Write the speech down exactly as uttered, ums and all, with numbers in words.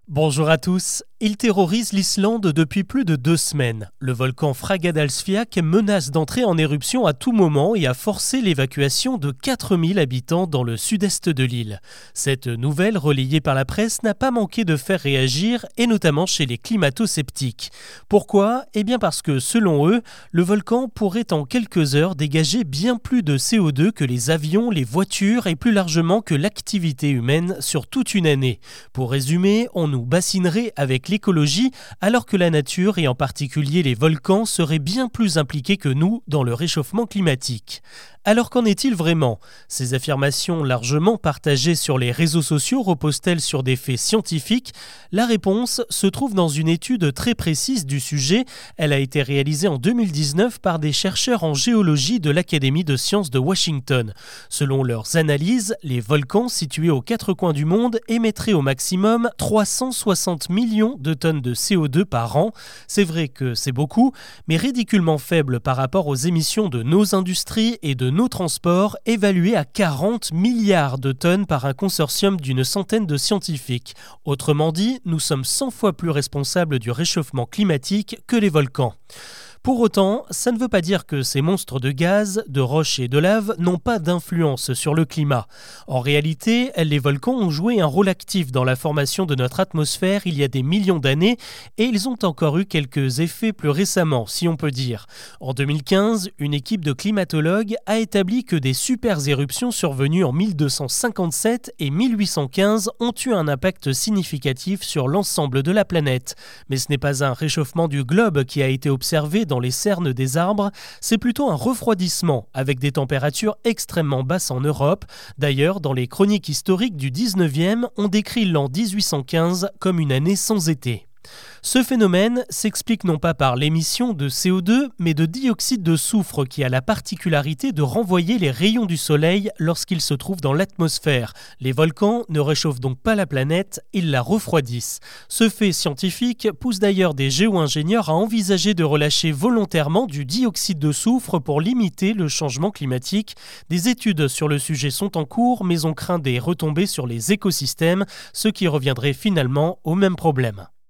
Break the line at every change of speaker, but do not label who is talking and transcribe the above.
Bonjour à tous. Il terrorise l'Islande depuis plus de deux semaines. Le volcan Fagradalsfjall menace d'entrer en éruption à tout moment et a forcé l'évacuation de quatre mille habitants dans le sud-est de l'île. Cette nouvelle, relayée par la presse, n'a pas manqué de faire réagir, et notamment chez les climato-sceptiques. Pourquoi ? Eh bien parce que, selon eux, le volcan pourrait en quelques heures dégager bien plus de C O deux que les avions, les voitures et plus largement que l'activité humaine sur toute une année. Pour résumer, on nous bassinerait avec l'écologie, alors que la nature, et en particulier les volcans, seraient bien plus impliqués que nous dans le réchauffement climatique. Alors qu'en est-il vraiment ? Ces affirmations largement partagées sur les réseaux sociaux reposent-elles sur des faits scientifiques ? La réponse se trouve dans une étude très précise du sujet. Elle a été réalisée en deux mille dix-neuf par des chercheurs en géologie de l'Académie de sciences de Washington. Selon leurs analyses, les volcans situés aux quatre coins du monde émettraient au maximum trois cent soixante millions de tonnes de C O deux par an. C'est vrai que c'est beaucoup, mais ridiculement faible par rapport aux émissions de nos industries et de nos transports, évalués à quarante milliards de tonnes par un consortium d'une centaine de scientifiques. Autrement dit, nous sommes cent fois plus responsables du réchauffement climatique que les volcans. Pour autant, ça ne veut pas dire que ces monstres de gaz, de roches et de lave n'ont pas d'influence sur le climat. En réalité, les volcans ont joué un rôle actif dans la formation de notre atmosphère il y a des millions d'années, et ils ont encore eu quelques effets plus récemment, si on peut dire. En deux mille quinze, une équipe de climatologues a établi que des super-éruptions survenues en mille deux cent cinquante-sept et mille huit cent quinze ont eu un impact significatif sur l'ensemble de la planète. Mais ce n'est pas un réchauffement du globe qui a été observé dans les cernes des arbres, c'est plutôt un refroidissement avec des températures extrêmement basses en Europe. D'ailleurs, dans les chroniques historiques du dix-neuvième, on décrit l'an dix-huit cent quinze comme une année sans été. Ce phénomène s'explique non pas par l'émission de C O deux, mais de dioxyde de soufre qui a la particularité de renvoyer les rayons du soleil lorsqu'ils se trouvent dans l'atmosphère. Les volcans ne réchauffent donc pas la planète, ils la refroidissent. Ce fait scientifique pousse d'ailleurs des géo-ingénieurs à envisager de relâcher volontairement du dioxyde de soufre pour limiter le changement climatique. Des études sur le sujet sont en cours, mais on craint des retombées sur les écosystèmes, ce qui reviendrait finalement au même problème.